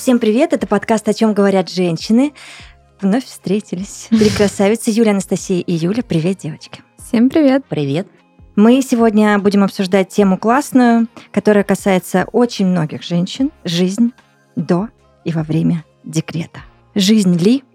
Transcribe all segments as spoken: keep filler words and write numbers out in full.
Всем привет, это подкаст «О чем говорят женщины». Вновь встретились. Три красавицы Юля, Анастасия и Юля. Привет, девочки. Всем привет. Привет. Мы сегодня будем обсуждать тему классную, которая касается очень многих женщин. Жизнь до и во время декрета. Жизнь ли?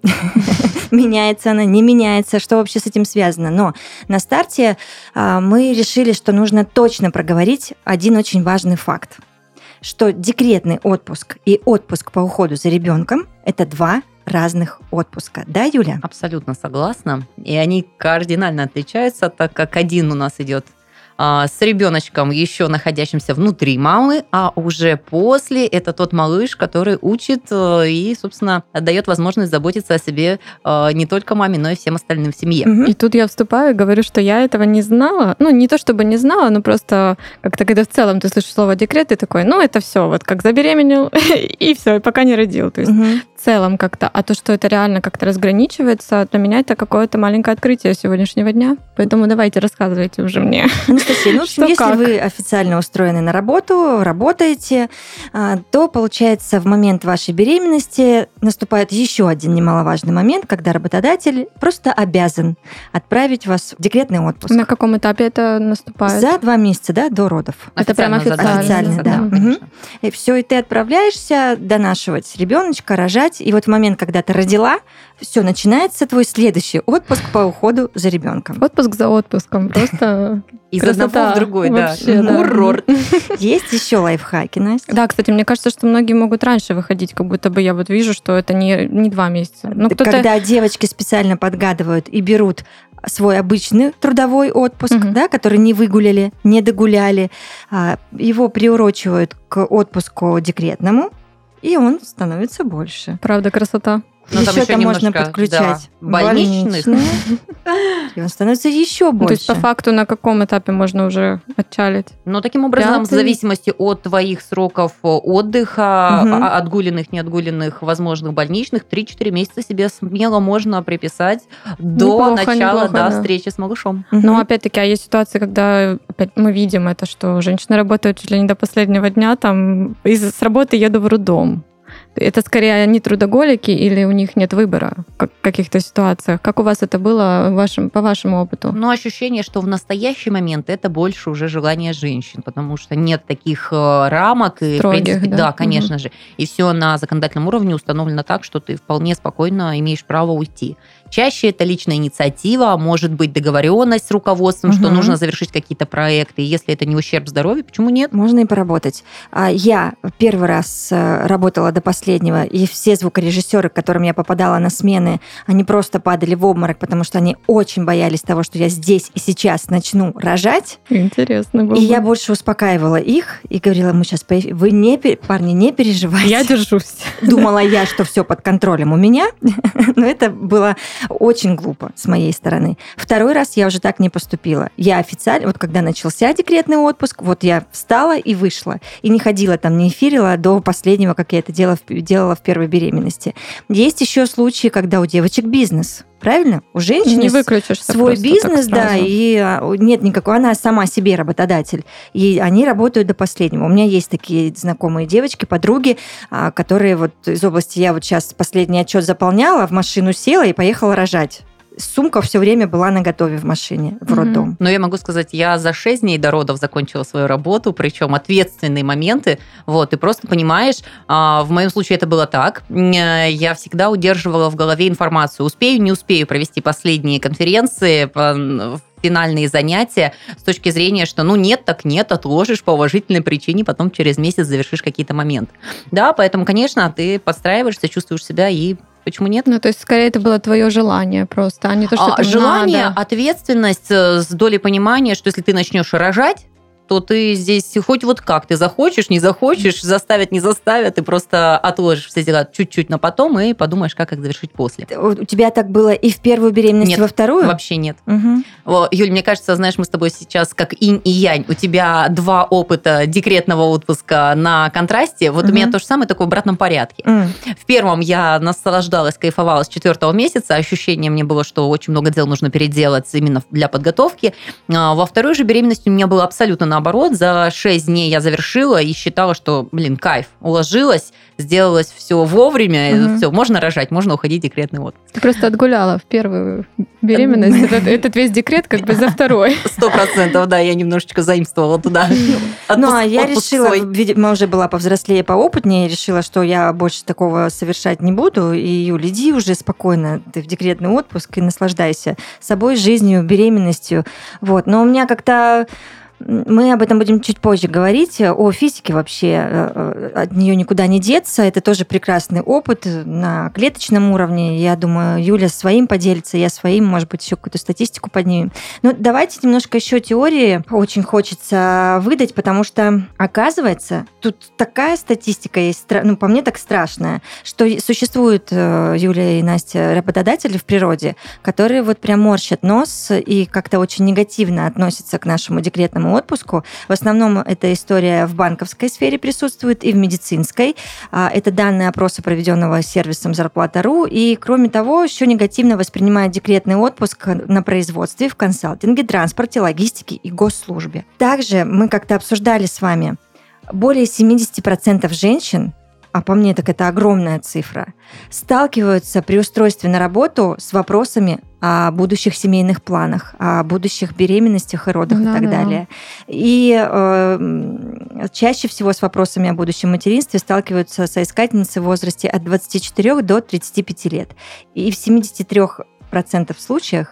Меняется она, не меняется? Что вообще с этим связано? Но на старте а, мы решили, что нужно точно проговорить один очень важный факт. Что декретный отпуск и отпуск по уходу за ребенком – это два разных отпуска. Да, Юля? Абсолютно согласна. И они кардинально отличаются, так как один у нас идет а, с ребеночком, еще находящимся внутри мамы, а уже после это тот малыш, который учит и, собственно, дает возможность заботиться о себе а, не только маме, но и всем остальным в семье. Угу. И тут я вступаю и говорю, что я этого не знала. Ну, не то чтобы не знала, но просто как-то, когда в целом ты слышишь слово декрет, ты такой, ну, это все, вот как забеременел, и все, и пока не родил. То есть угу. в целом как-то. А то, что это реально как-то разграничивается, для меня это какое-то маленькое открытие сегодняшнего дня. Поэтому давайте, рассказывайте уже мне. Анастасия, ну, что, если как? Вы официально устроены на работу, работаете, то, получается, в момент вашей беременности наступает еще один немаловажный момент, когда работодатель просто обязан отправить вас в декретный отпуск. На каком этапе это наступает? За два месяца, да, до родов. Это прям официально. Официально, да. да угу. И все, и ты отправляешься донашивать ребеночка, рожать, и вот в момент, когда ты родила, все, начинается твой следующий отпуск по уходу за ребенком. Отпуск за отпуском, просто из одного в другой, да. Урор. Есть еще лайфхаки, Настя? Да, кстати, мне кажется, что многие могут раньше выходить, как будто бы я вот вижу, что это не, не два месяца. Но когда девочки специально подгадывают и берут свой обычный трудовой отпуск, угу. да, который не выгуляли, не догуляли, его приурочивают к отпуску декретному, и он становится больше. Правда, красота. Но еще там можно подключать да, больничных. И он становится еще больше. То есть, по факту, на каком этапе можно уже отчалить? Ну, таким образом, Пятый. в зависимости от твоих сроков отдыха, угу. отгуленных, неотгуленных, возможных больничных, три-четыре месяца себе смело можно приписать до неплохо, начала неплохо, да, да. встречи с малышом. Угу. Но, опять-таки, а есть ситуации, когда опять, мы видим это, что женщины работают чуть ли не до последнего дня, там, из с работы еду в роддом. Это скорее они трудоголики или у них нет выбора в каких-то ситуациях? Как у вас это было вашим, по вашему опыту? Ну, ощущение, что в настоящий момент это больше уже желание женщин, потому что нет таких рамок. И, Строгих, в принципе, да? Да, конечно угу. же. И все на законодательном уровне установлено так, что ты вполне спокойно имеешь право уйти. Чаще это личная инициатива, может быть договоренность с руководством, угу. что нужно завершить какие-то проекты. И если это не ущерб здоровью, почему нет? Можно и поработать. Я первый раз работала до последнего, и все звукорежиссеры, к которым я попадала на смены, они просто падали в обморок, потому что они очень боялись того, что я здесь и сейчас начну рожать. Интересно было. И я больше успокаивала их и говорила, мы сейчас, вы не, парни, не переживайте. Я держусь. Думала я, что все под контролем у меня, но это было очень глупо с моей стороны. Второй раз я уже так не поступила. Я официально, вот когда начался декретный отпуск, вот я встала и вышла. И не ходила там, не эфирила до последнего, как я это делала, делала в первой беременности. Есть еще случаи, когда у девочек бизнес. Правильно? У женщины не выключишься свой бизнес, да, и нет никакой, она сама себе работодатель, и они работают до последнего. У меня есть такие знакомые девочки, подруги, которые вот из области, я вот сейчас последний отчет заполняла, в машину села и поехала рожать. Сумка все время была наготове в машине, в роддом. Mm-hmm. Но я могу сказать, я за шесть дней до родов закончила свою работу, причем ответственные моменты. Вот, и просто понимаешь, в моем случае это было так. Я всегда удерживала в голове информацию. Успею, не успею провести последние конференции, финальные занятия с точки зрения, что ну нет, так нет, отложишь по уважительной причине, потом через месяц завершишь какие-то моменты. Да, поэтому, конечно, ты подстраиваешься, чувствуешь себя и почему нет? Ну, то есть, скорее, это было твое желание просто, а не то, что а, Желание, надо. Ответственность с долей понимания, что если ты начнешь рожать, то ты здесь хоть вот как, ты захочешь, не захочешь, заставят, не заставят, ты просто отложишь все дела чуть-чуть на потом и подумаешь, как их завершить после. У тебя так было и в первую беременность, нет, и во вторую? Вообще нет. Угу. Юль, мне кажется, знаешь, мы с тобой сейчас как инь и янь. У тебя два опыта декретного отпуска на контрасте. Вот угу. у меня то же самое, только в обратном порядке. Угу. В первом я наслаждалась, кайфовала с четвертого месяца. Ощущение мне было, что очень много дел нужно переделать именно для подготовки. Во второй же беременности у меня было абсолютно наоборот. наоборот. За шесть дней я завершила и считала, что, блин, кайф, уложилась, сделалось все вовремя, mm-hmm. все, можно рожать, можно уходить в декретный отпуск. Ты просто отгуляла в первую беременность, этот, этот весь декрет как бы за второй. Сто процентов, да, я немножечко заимствовала туда. Ну, а я решила, видимо, уже была повзрослее, поопытнее, решила, что я больше такого совершать не буду, и, Юля, иди уже спокойно, ты в декретный отпуск и наслаждайся собой, жизнью, беременностью. Вот. Но у меня как-то... Мы об этом будем чуть позже говорить. О физике вообще, от нее никуда не деться. Это тоже прекрасный опыт на клеточном уровне. Я думаю, Юля своим поделится, я своим, может быть, еще какую-то статистику поднимем. Ну, давайте немножко еще теории очень хочется выдать, потому что, оказывается, тут такая статистика есть, ну, по мне так страшная, что существуют, Юля и Настя, работодатели в природе, которые вот прям морщат нос и как-то очень негативно относятся к нашему декретному отпуску. В основном эта история в банковской сфере присутствует и в медицинской. Это данные опроса, проведенного сервисом Зарплата.ру. И, кроме того, еще негативно воспринимают декретный отпуск на производстве, в консалтинге, транспорте, логистике и госслужбе. Также мы как-то обсуждали с вами, более семьдесят процентов женщин, а по мне так это огромная цифра, сталкиваются при устройстве на работу с вопросами о будущих семейных планах, о будущих беременностях и родах да, и так да. далее. И э, чаще всего с вопросами о будущем материнстве сталкиваются соискательницы в возрасте от двадцати четырёх до тридцати пяти лет. И в семидесяти трёх процентах случаях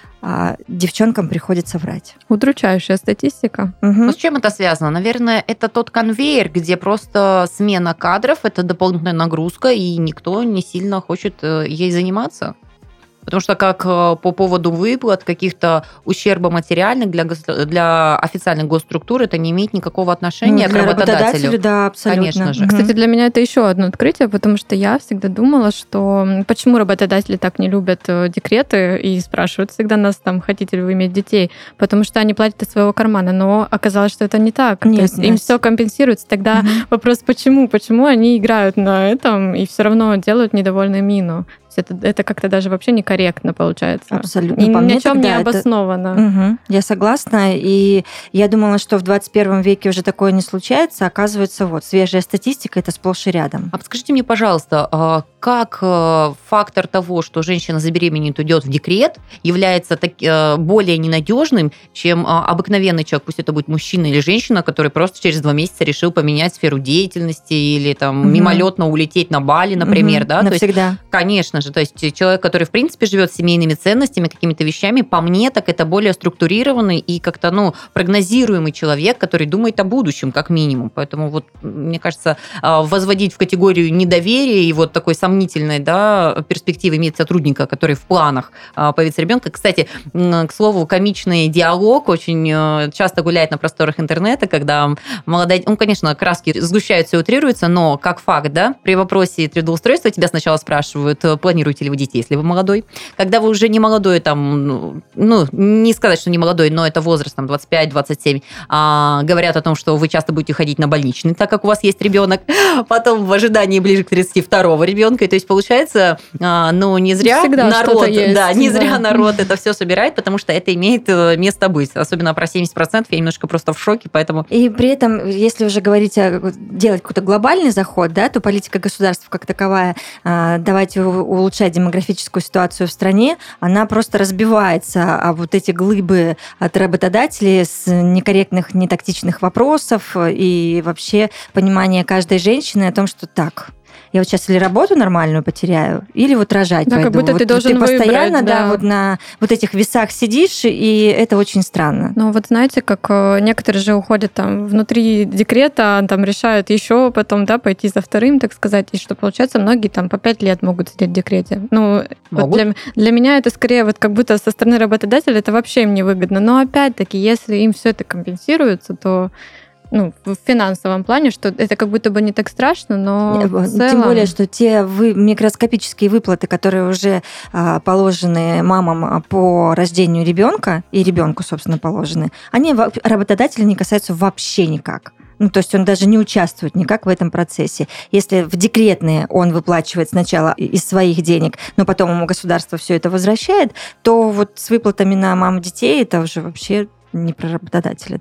а девчонкам приходится врать. Удручающая статистика. Угу. Но с чем это связано? Наверное, это тот конвейер, где просто смена кадров, это дополнительная нагрузка, и никто не сильно хочет ей заниматься. Потому что как по поводу выплат, каких-то ущерба материальных для, для официальных госструктур, это не имеет никакого отношения ну, к работодателю. Да, абсолютно. Конечно же. Угу. Кстати, для меня это еще одно открытие, потому что я всегда думала, что почему работодатели так не любят декреты и спрашивают всегда нас, там, хотите ли вы иметь детей, потому что они платят из своего кармана, но оказалось, что это не так. Нет, То есть нет. им все компенсируется. Тогда угу. вопрос, почему? Почему они играют на этом и все равно делают недовольную мину? Это, это как-то даже вообще некорректно получается. Абсолютно. И ни о чем не обосновано. Это... Угу. Я согласна. И я думала, что в двадцать первом веке уже такое не случается. Оказывается, вот, свежая статистика, это сплошь и рядом. А подскажите мне, пожалуйста, как фактор того, что женщина забеременеет, уйдет в декрет, является так, более ненадежным, чем обыкновенный человек, пусть это будет мужчина или женщина, который просто через два месяца решил поменять сферу деятельности или там угу. мимолетно улететь на Бали, например, угу. да? Навсегда. То есть, конечно же, то есть человек, который, в принципе, живет семейными ценностями, какими-то вещами, по мне, так это более структурированный и как-то, ну, прогнозируемый человек, который думает о будущем, как минимум. Поэтому вот, мне кажется, возводить в категорию недоверия и вот такой сомнительной, да, перспективы иметь сотрудника, который в планах появится ребенка. Кстати, к слову, комичный диалог очень часто гуляет на просторах интернета, когда молодая... Ну, конечно, краски сгущаются и утрируются, но как факт, да, при вопросе трудоустройства тебя сначала спрашивают, планируете ли вы детей, если вы молодой. Когда вы уже не молодой, там, ну, не сказать, что не молодой, но это возраст, там, двадцать пять двадцать семь, а, говорят о том, что вы часто будете ходить на больничный, так как у вас есть ребенок. Потом в ожидании ближе к тридцати второго ребенка. И, то есть, получается, а, ну, не зря всегда народ, есть, да, не да. зря народ это все собирает, потому что это имеет место быть. Особенно про семьдесят процентов я немножко просто в шоке, поэтому... И при этом, если уже говорить, делать какой-то глобальный заход, да, то политика государства как таковая, давайте улучшать демографическую ситуацию в стране, она просто разбивается, а вот эти глыбы от работодателей с некорректных, нетактичных вопросов и вообще понимание каждой женщины о том, что так, я вот сейчас или работу нормальную потеряю, или вот рожать да, пойду. Как будто вот ты должен ты постоянно, выбрать, да. да, вот на вот этих весах сидишь, и это очень странно. Ну вот знаете, как некоторые же уходят там внутри декрета, там решают еще потом, да, пойти за вторым, так сказать, и что получается, многие там по пять лет могут сидеть в декрете. Ну, вот для, для меня это скорее вот как будто со стороны работодателя это вообще им невыгодно. Но опять-таки, если им все это компенсируется, то ну, в финансовом плане, что это как будто бы не так страшно, но в целом... Тем более, что те вы, микроскопические выплаты, которые уже а, положены мамам по рождению ребенка, и ребенку, собственно, положены, они работодателя не касаются вообще никак. Ну, то есть он даже не участвует никак в этом процессе. Если в декретные он выплачивает сначала из своих денег, но потом ему государство все это возвращает, то вот с выплатами на маму детей это уже вообще не про работодателя даже.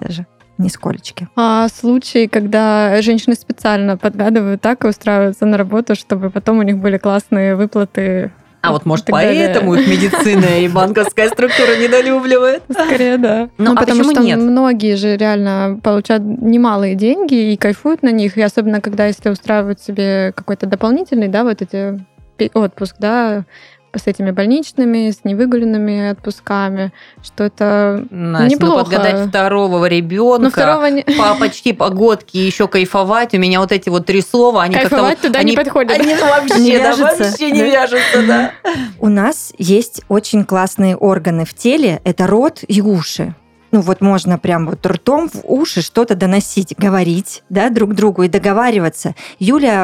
нисколечки. А случаи, когда женщины специально подгадывают так и устраиваются на работу, чтобы потом у них были классные выплаты. А вот, может, поэтому их медицина и банковская структура недолюбливает? Скорее, да. Ну, ну, а потому что нет? многие же реально получают немалые деньги и кайфуют на них. И особенно, когда если устраивают себе какой-то дополнительный, да, вот эти отпуск, да, с этими больничными, с невыгуленными отпусками, что это Настя, неплохо. Ну, подгадать второго ребенка, Но второго не... по почти погодке еще кайфовать. У меня вот эти вот три слова, они кайфовать как-то... туда они, не подходят. Они вообще, Не да, вяжутся. вообще не Да. вяжутся, да. У нас есть очень классные органы в теле. Это рот и уши. Ну вот можно прям вот ртом в уши что-то доносить, говорить, да, друг другу и договариваться. Юля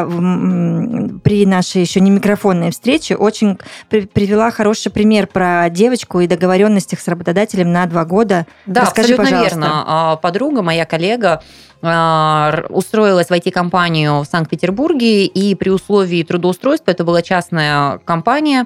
м, при нашей еще не микрофонной встрече очень при- привела хороший пример про девочку и договоренностях с работодателем на два года. Да, Расскажи, абсолютно пожалуйста. верно. А, Подруга, моя коллега, а, р- устроилась в ай ти-компанию в Санкт-Петербурге, и при условии трудоустройства, это была частная компания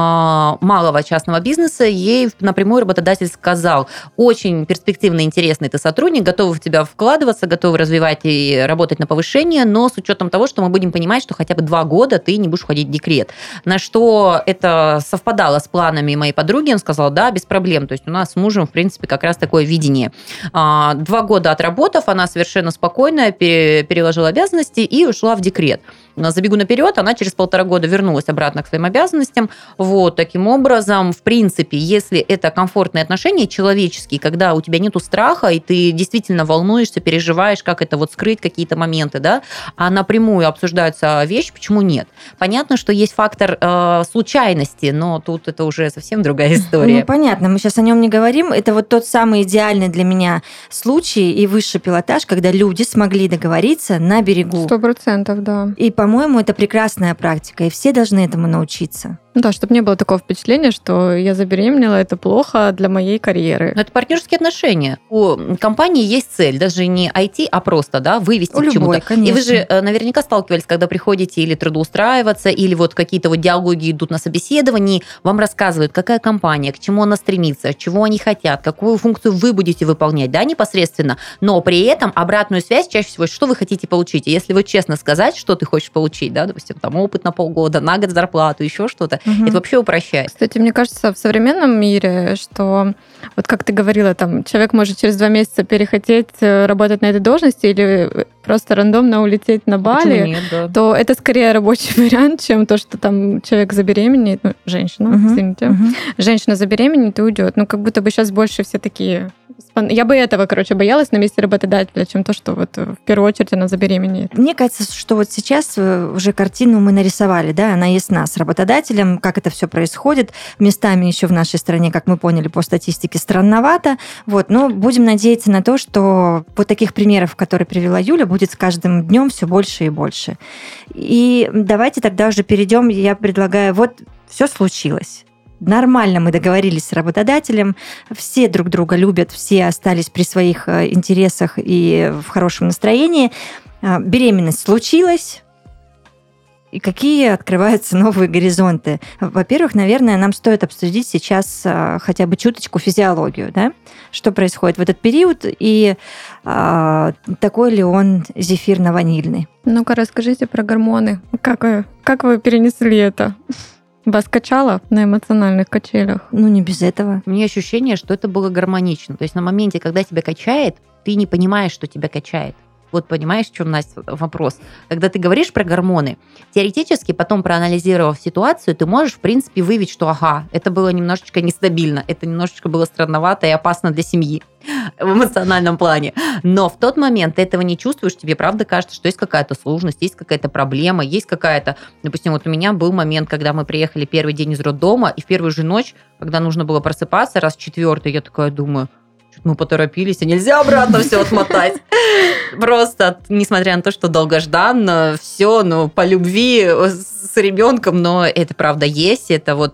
а, малого частного бизнеса, ей напрямую работодатель сказал: очень перспективный, интересный ты сотрудник, готовы в тебя вкладываться, готовы развивать и работать на повышение, но с учетом того, что мы будем понимать, что хотя бы два года ты не будешь уходить в декрет. На что это совпадало с планами моей подруги, он сказал: да, без проблем. То есть у нас с мужем, в принципе, как раз такое видение. А, Два года отработав, она совершенно спокойно пере- переложила обязанности и ушла в декрет. Забегу наперед, она через полтора года вернулась обратно к своим обязанностям. Вот таким образом, в принципе, если это комфортные отношения человеческие, когда у тебя нету страха, и ты действительно волнуешься, переживаешь, как это вот скрыть какие-то моменты, да, а напрямую обсуждаются вещи, почему нет? Понятно, что есть фактор э, случайности, но тут это уже совсем другая история. Ну, понятно, мы сейчас о нем не говорим. Это вот тот самый идеальный для меня случай и высший пилотаж, когда люди смогли договориться на берегу. Сто процентов, да. И, по-моему, это прекрасная практика, и все должны этому научиться. Ну да, чтобы не было такого впечатления, что я забеременела, это плохо для моей карьеры. Но это партнерские отношения. У компании есть цель, даже не ай ти, а просто, да, вывести У к чему-то. любой, конечно. И вы же э, наверняка сталкивались, когда приходите или трудоустраиваться, или вот какие-то вот диалоги идут на собеседовании, вам рассказывают, какая компания, к чему она стремится, чего они хотят, какую функцию вы будете выполнять, да, непосредственно, но при этом обратную связь чаще всего, что вы хотите получить. И если вы честно сказать, что ты хочешь получить, да, допустим, там опыт на полгода, на год зарплату, еще что-то, Мгм. это вообще упрощает. Кстати, мне кажется, в современном мире, что вот как ты говорила, там человек может через два месяца перехотеть э, работать на этой должности или просто рандомно улететь на Почему Бали, нет, да? то это скорее рабочий вариант, чем то, что там человек забеременеет, ну, женщина, Мгм. извините, Мгм. женщина забеременеет и уйдет. Ну, как будто бы сейчас больше все такие... спон- Я бы этого, короче, боялась на месте работодателя, чем то, что вот в первую очередь она забеременеет. Мне кажется, что вот сейчас э, уже картину мы нарисовали, да, она ясна с работодателем, как это все происходит. Местами еще в нашей стране, как мы поняли по статистике, странновато. Вот, но будем надеяться на то, что вот таких примеров, которые привела Юля, будет с каждым днем все больше и больше. И давайте тогда уже перейдем, я предлагаю, вот все случилось. Нормально мы договорились с работодателем, все друг друга любят, все остались при своих э, интересах и в хорошем настроении. А, Беременность случилась, и какие открываются новые горизонты? Во-первых, наверное, нам стоит обсудить сейчас а, хотя бы чуточку физиологию, да? Что происходит в этот период, и а, такой ли он зефирно-ванильный. Ну-ка, расскажите про гормоны. Как вы, как вы перенесли это? Вас качало на эмоциональных качелях? Ну, не без этого. У меня ощущение, что это было гармонично. То есть на моменте, когда тебя качает, ты не понимаешь, что тебя качает. Вот понимаешь, в чем, Настя, вопрос? Когда ты говоришь про гормоны, теоретически, потом проанализировав ситуацию, ты можешь, в принципе, выявить, что ага, это было немножечко нестабильно, это немножечко было странновато и опасно для семьи в эмоциональном плане. Но в тот момент ты этого не чувствуешь, тебе правда кажется, что есть какая-то сложность, есть какая-то проблема, есть какая-то... Допустим, вот у меня был момент, когда мы приехали первый день из роддома, и в первую же ночь, когда нужно было просыпаться, раз четвертый, я такая думаю, что-то мы поторопились, и нельзя обратно все отмотать. Просто, несмотря на то, что долгожданно, все, ну, по любви с ребенком, но это правда есть, это вот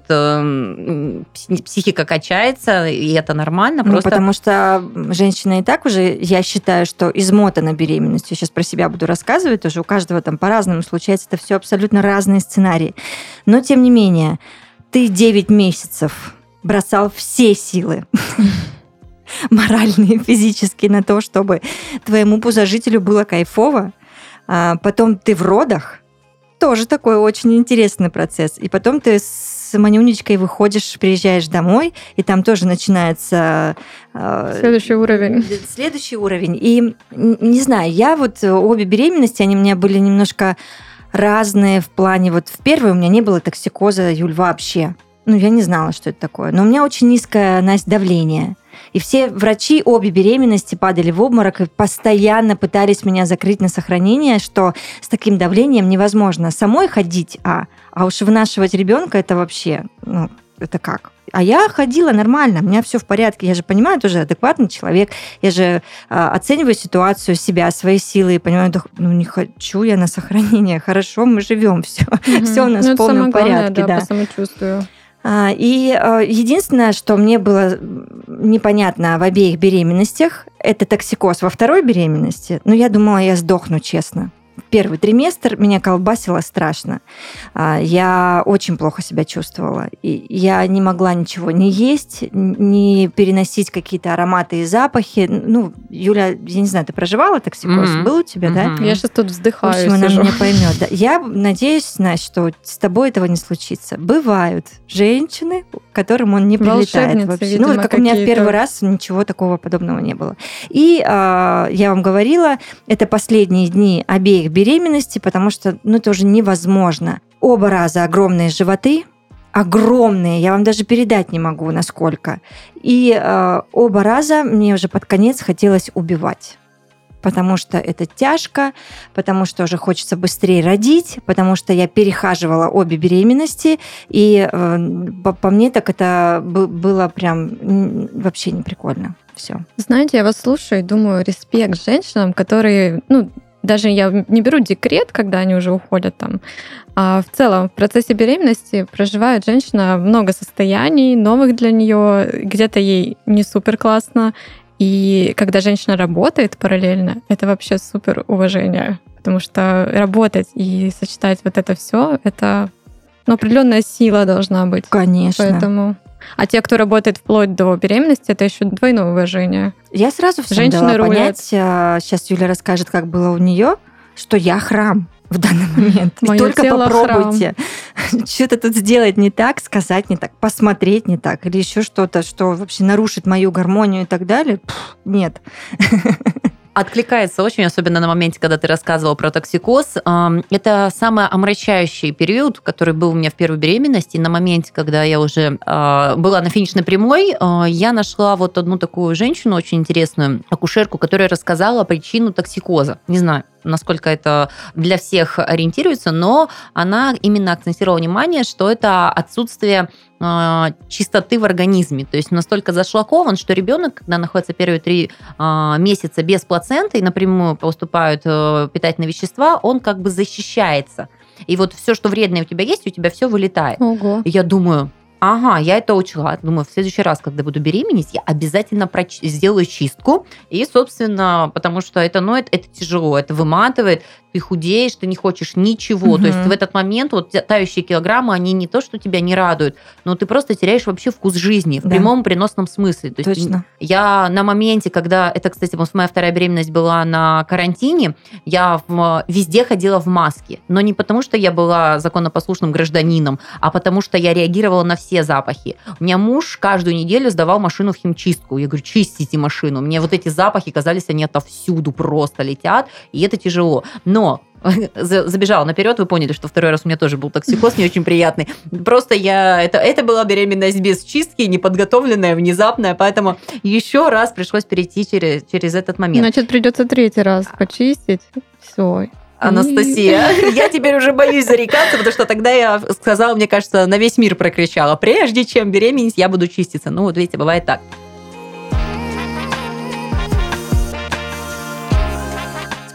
э, психика качается, и это нормально. Ну, просто... потому что женщина и так уже, я считаю, что измотана беременностью. Я сейчас про себя буду рассказывать, тоже у каждого там по-разному случается, это все абсолютно разные сценарии. Но, тем не менее, ты девять месяцев бросал все силы моральные и физические на то, чтобы твоему пузожителю было кайфово. А потом ты в родах. Тоже такой очень интересный процесс. И потом ты с манюнечкой выходишь, приезжаешь домой, и там тоже начинается... Э, следующий уровень. Следующий уровень. И, не знаю, я вот обе беременности, они у меня были немножко разные в плане... Вот в первой у меня не было токсикоза, Юль, вообще. Ну, я не знала, что это такое. Но у меня очень низкое, Настя, давление. И все врачи обе беременности падали в обморок и постоянно пытались меня закрыть на сохранение, что с таким давлением невозможно самой ходить, а, а уж вынашивать ребенка это вообще, ну, это как? А я ходила нормально, у меня все в порядке, я же понимаю, тоже адекватный человек, я же э, оцениваю ситуацию, себя, свои силы, и понимаю, да, ну не хочу я на сохранение, хорошо, мы живем, все, mm-hmm. все у нас ну, в полном порядке. Да, да, по самочувствию. И единственное, что мне было непонятно в обеих беременностях, это токсикоз во второй беременности. Но я думала, я сдохну, честно. Первый триместр меня колбасило страшно. Я очень плохо себя чувствовала. И я не могла ничего не есть, не переносить какие-то ароматы и запахи. Ну, Юля, я не знаю, ты проживала токсикоз? Mm-hmm. Был у тебя, mm-hmm. да? Я сейчас тут вздыхаю. В общем, она меня поймет. Да. Я надеюсь, Настя, что с тобой этого не случится. Бывают женщины, к которым он не прилетает вообще. Видимо, ну, вот как у меня в первый раз ничего такого подобного не было. И э, я вам говорила, это последние дни обеих беременности, потому что, ну, это уже невозможно. Оба раза огромные животы, огромные, я вам даже передать не могу, насколько. И э, оба раза мне уже под конец хотелось убивать. Потому что это тяжко, потому что уже хочется быстрее родить, потому что я перехаживала обе беременности, и э, по, по мне так это было прям вообще не прикольно. Все. Знаете, я вас слушаю и думаю, респект женщинам, которые, ну, даже я не беру декрет, когда они уже уходят там, а в целом в процессе беременности проживает женщина много состояний, новых для нее, где-то ей не супер классно. И когда женщина работает параллельно, это вообще супер уважение, потому что работать и сочетать вот это все, это ну, определенная сила должна быть. Конечно. Поэтому... А те, кто работает вплоть до беременности, это еще двойное уважение. Я сразу всем дала понять, сейчас Юля расскажет, как было у нее, что я храм в данный момент. И только попробуйте что-то тут сделать не так, сказать не так, посмотреть не так, или еще что-то, что вообще нарушит мою гармонию и так далее. Пфф, нет. Откликается очень, особенно на моменте, когда ты рассказывала про токсикоз. Это самый омрачающий период, который был у меня в первой беременности. На моменте, когда я уже была на финишной прямой, я нашла вот одну такую женщину, очень интересную, акушерку, которая рассказала причину токсикоза. Не знаю, насколько это для всех ориентируется, но она именно акцентировала внимание, что это отсутствие э, чистоты в организме. То есть настолько зашлакован, что ребенок, когда находится первые три э, месяца без плаценты и напрямую поступают э, питательные вещества, он как бы защищается. И вот все, что вредное у тебя есть, у тебя все вылетает. Ого. И я думаю... Ага, я это учла. Думаю, в следующий раз, когда буду беременеть, я обязательно проч- сделаю чистку. И, собственно, потому что это, ну, это, это тяжело, это выматывает. Ты худеешь, ты не хочешь ничего. Угу. То есть в этот момент вот тающие килограммы, они не то, что тебя не радуют, но ты просто теряешь вообще вкус жизни в да. прямом переносном смысле. То есть точно. Я на моменте, когда... Это, кстати, моя вторая беременность была на карантине, я в, везде ходила в маске. Но не потому, что я была законопослушным гражданином, а потому что я реагировала на все запахи. У меня муж каждую неделю сдавал машину в химчистку. Я говорю, чистите машину. Мне вот эти запахи казались, они отовсюду просто летят, и это тяжело. Но забежала наперед, вы поняли, что второй раз у меня тоже был токсикоз, не очень приятный. Просто я... Это, это была беременность без чистки, неподготовленная, внезапная, поэтому еще раз пришлось перейти через, через этот момент. Значит, придется третий раз почистить. Все. Анастасия, я теперь уже боюсь зарекаться, потому что тогда я сказала, мне кажется, на весь мир прокричала, прежде чем беременеть, я буду чиститься. Ну, вот видите, бывает так.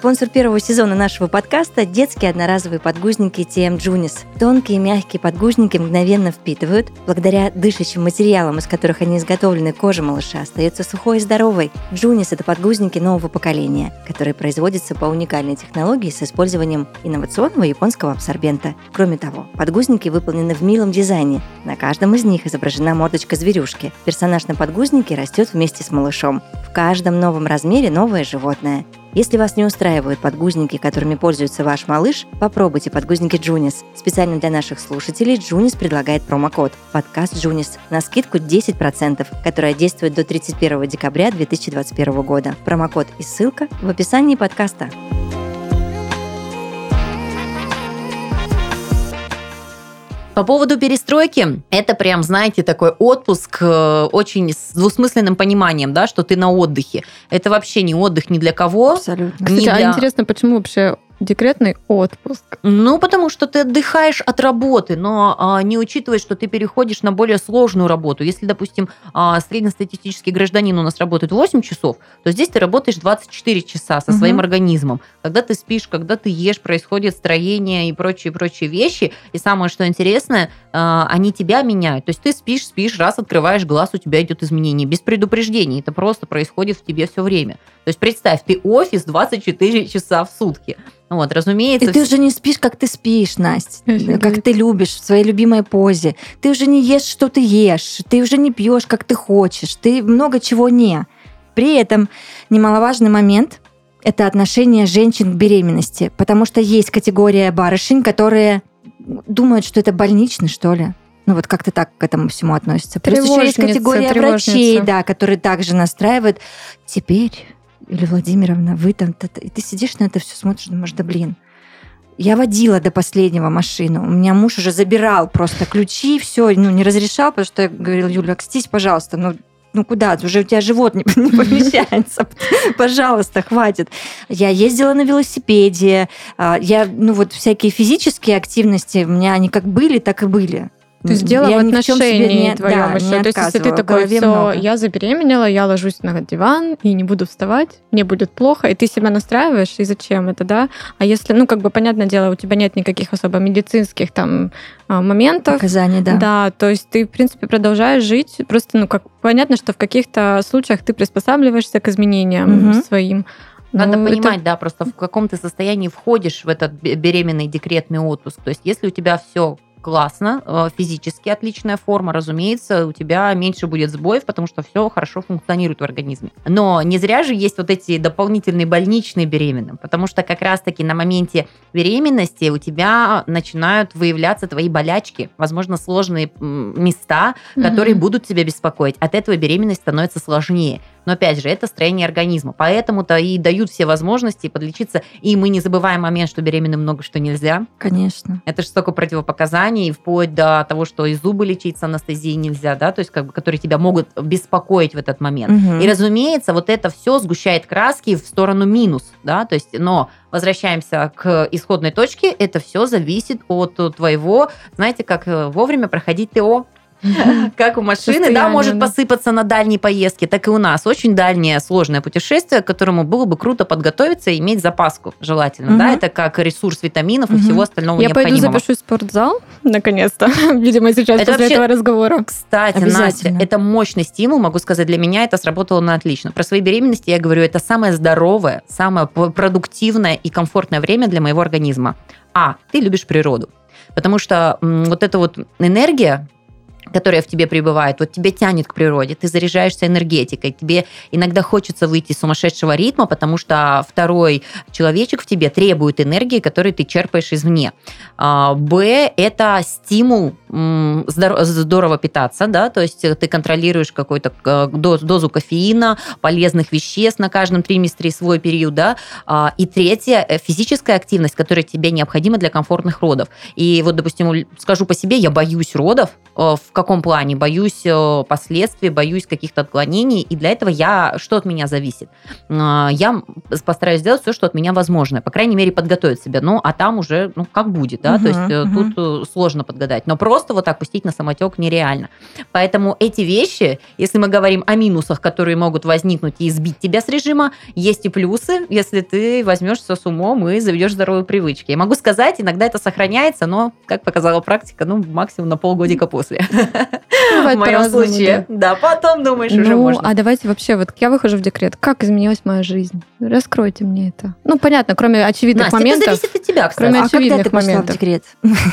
Спонсор первого сезона нашего подкаста – детские одноразовые подгузники ти эм Junis. Тонкие мягкие подгузники мгновенно впитывают. Благодаря дышащим материалам, из которых они изготовлены, кожа малыша остается сухой и здоровой. Junis – это подгузники нового поколения, которые производятся по уникальной технологии с использованием инновационного японского абсорбента. Кроме того, подгузники выполнены в милом дизайне. На каждом из них изображена мордочка зверюшки. Персонаж на подгузнике растет вместе с малышом. В каждом новом размере новое животное. Если вас не устраивают подгузники, которыми пользуется ваш малыш, попробуйте подгузники Junis. Специально для наших слушателей Junis предлагает промокод «Подкаст Junis» на скидку десять процентов, которая действует до тридцать первого декабря две тысячи двадцать первого года. Промокод и ссылка в описании подкаста. По поводу перестройки, это прям, знаете, такой отпуск э, очень с двусмысленным пониманием, да, что ты на отдыхе. Это вообще не отдых ни для кого. Абсолютно. Кстати, для... а интересно, почему вообще декретный отпуск? Ну, потому что ты отдыхаешь от работы, но а, не учитываешь, что ты переходишь на более сложную работу. Если, допустим, а, среднестатистический гражданин у нас работает восемь часов, то здесь ты работаешь двадцать четыре часа со своим угу. организмом. Когда ты спишь, когда ты ешь, происходит строение и прочие-прочие вещи. И самое, что интересное, а, они тебя меняют. То есть ты спишь, спишь, раз открываешь глаз, у тебя идет изменение. Без предупреждений. Это просто происходит в тебе все время. То есть представь, ты офис двадцать четыре часа в сутки. Вот, разумеется. И ты уже не спишь, как ты спишь, Настя, как ты любишь, в своей любимой позе. Ты уже не ешь, что ты ешь. Ты уже не пьешь, как ты хочешь. Ты много чего не. При этом немаловажный момент – это отношение женщин к беременности. Потому что есть категория барышень, которые думают, что это больничный, что ли. Ну вот как-то так к этому всему относятся. Плюс еще есть категория врачей, да, которые также настраивают. Теперь... Или Владимировна, вы там, и ты сидишь на это все, смотришь, думаешь, да блин. Я водила до последнего машину. У меня муж уже забирал просто ключи, все, ну, не разрешал, потому что я говорила: Юля, окстись, пожалуйста, ну, ну куда? Уже у тебя живот не, не помещается. Пожалуйста, хватит. Я ездила на велосипеде. Я, ну вот всякие физические активности у меня они как были, так и были. То есть дело я в отношении не, твоем да, еще. То есть если ты такой, все, много. Я забеременела, я ложусь на диван и не буду вставать, мне будет плохо, и ты себя настраиваешь, и зачем это, да? А если, ну, как бы, понятное дело, у тебя нет никаких особо медицинских там моментов. Показаний, да. Да, то есть ты, в принципе, продолжаешь жить. Просто, ну, как понятно, что в каких-то случаях ты приспосабливаешься к изменениям угу. своим. Надо ну, понимать, это... да, просто в каком ты состоянии входишь в этот беременный декретный отпуск. То есть если у тебя все классно, физически отличная форма, разумеется, у тебя меньше будет сбоев, потому что все хорошо функционирует в организме. Но не зря же есть вот эти дополнительные больничные беременным, потому что как раз-таки на моменте беременности у тебя начинают выявляться твои болячки, возможно, сложные места, которые mm-hmm. будут тебя беспокоить. От этого беременность становится сложнее. Но опять же, это строение организма. Поэтому-то и дают все возможности подлечиться. И мы не забываем момент, что беременным много что нельзя. Конечно. Это же столько противопоказаний, вплоть до того, что и зубы лечить с анестезией нельзя, да, то есть как бы, которые тебя могут беспокоить в этот момент. Угу. И, разумеется, вот это все сгущает краски в сторону минус, да, то есть, но возвращаемся к исходной точке, это все зависит от твоего, знаете, как вовремя проходить ТО. Как у машины, да, может да. посыпаться на дальней поездке, так и у нас. Очень дальнее, сложное путешествие, к которому было бы круто подготовиться и иметь запаску желательно. Угу. Да, это как ресурс витаминов угу. и всего остального Я необходимого. Я пойду запишусь в спортзал, наконец-то. Видимо, сейчас это после вообще, этого разговора. Кстати, Настя, это мощный стимул, могу сказать, для меня это сработало на отлично. Про свои беременности я говорю, это самое здоровое, самое продуктивное и комфортное время для моего организма. А, ты любишь природу. Потому что м, вот эта вот энергия, которая в тебе пребывает, вот тебя тянет к природе, ты заряжаешься энергетикой, тебе иногда хочется выйти из сумасшедшего ритма, потому что второй человечек в тебе требует энергии, которую ты черпаешь извне. Б – это стимул здорово питаться, да, то есть ты контролируешь какую-то дозу кофеина, полезных веществ на каждом триместре свой период, да. И третье – физическая активность, которая тебе необходима для комфортных родов. И вот, допустим, скажу по себе, я боюсь родов. В каком плане? Боюсь последствий, боюсь каких-то отклонений, и для этого я, что от меня зависит? Я постараюсь сделать все, что от меня возможно, по крайней мере, подготовить себя, ну, а там уже, ну, как будет, да, угу, то есть угу. тут сложно подгадать, но просто просто вот так пустить на самотек нереально. Поэтому эти вещи, если мы говорим о минусах, которые могут возникнуть и сбить тебя с режима, есть и плюсы, если ты возьмешься с умом и заведешь здоровые привычки. Я могу сказать, иногда это сохраняется, но, как показала практика, ну, максимум на полгодика после. В моем случае. Да, потом думаешь, уже можно. А давайте вообще, вот я выхожу в декрет, как изменилась моя жизнь? Раскройте мне это. Ну, понятно, кроме очевидных моментов. Это зависит от тебя, кстати. Кроме а очевидных когда ты пошла моментов. в декрет?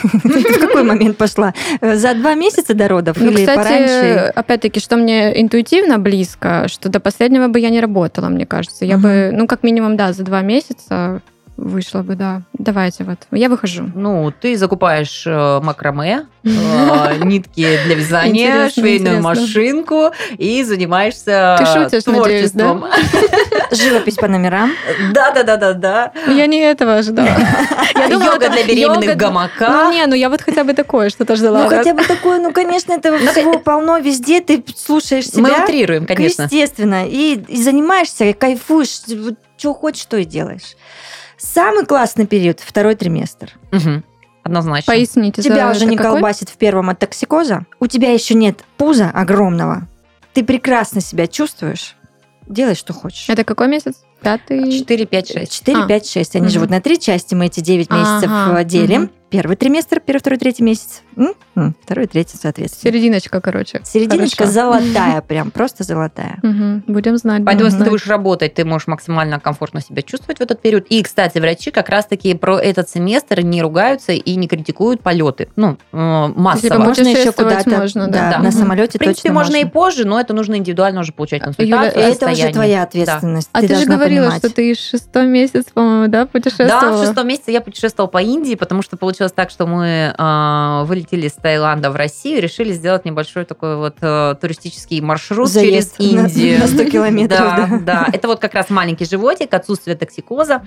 Ты в какой момент пошла? За два месяца до родов Ну, или кстати, пораньше? опять-таки, что мне интуитивно близко, что до последнего бы я не работала, мне кажется. Я бы, ну, как минимум, да, за два месяца вышла бы, да. Давайте вот. Я выхожу. Ну, ты закупаешь э, макраме, э, нитки для вязания, Интересно, швейную интересно. машинку и занимаешься Ты шутишь, надеюсь, да? творчеством. Живопись по номерам. Да-да-да-да-да. Я не этого ожидала. Я думала, Йога это для беременных йога- в гамаках. Ну, не, ну я вот хотя бы такое что-то ждала. Ну, да. хотя бы такое, ну, конечно, этого всего полно везде. Ты слушаешь Мы себя. утрируем, конечно. Естественно. И, и занимаешься, и кайфуешь. Вот что хочешь, то и делаешь. Самый классный период – второй триместр. Мгм. Однозначно. Поясните. Тебя за уже это не какой? колбасит в первом от токсикоза. У тебя еще нет пуза огромного. Ты прекрасно себя чувствуешь. Делай, что хочешь. Это какой месяц? Пятый? четыре, пять, шесть. четыре, А. пять, шесть. Они Мгм. живут на три части. Мы эти девять месяцев Ага, э, делим. мгм. Первый триместр, первый, второй, третий месяц. М? М, Второй, третий, соответственно. Серединочка, короче. Серединочка Хорошо. золотая, прям просто золотая. Мгм. Будем знать. Поэтому, будем если ты знать. будешь работать, ты можешь максимально комфортно себя чувствовать в этот период. И, кстати, врачи как раз-таки про этот семестр не ругаются и не критикуют полеты. Ну, э, массово. Типа, Можно еще путешествовать куда-то. можно, да, да. на Мгм. самолете В принципе, точно можно и можно. позже, но это нужно индивидуально уже получать Юля, консультацию. Это состояние. уже твоя ответственность. А ты ты, же должна говорила, понимать. что ты шестой месяц, по-моему, да, Да, путешествовала? в шестом месяце я путешествовала по Индии, потому что получилось так, что мы э, вылетели с Таиланда в Россию, решили сделать небольшой такой вот э, туристический маршрут Заезд через на- Индию. на сто километров, Да, да. да. Это вот как раз маленький животик, отсутствие токсикоза,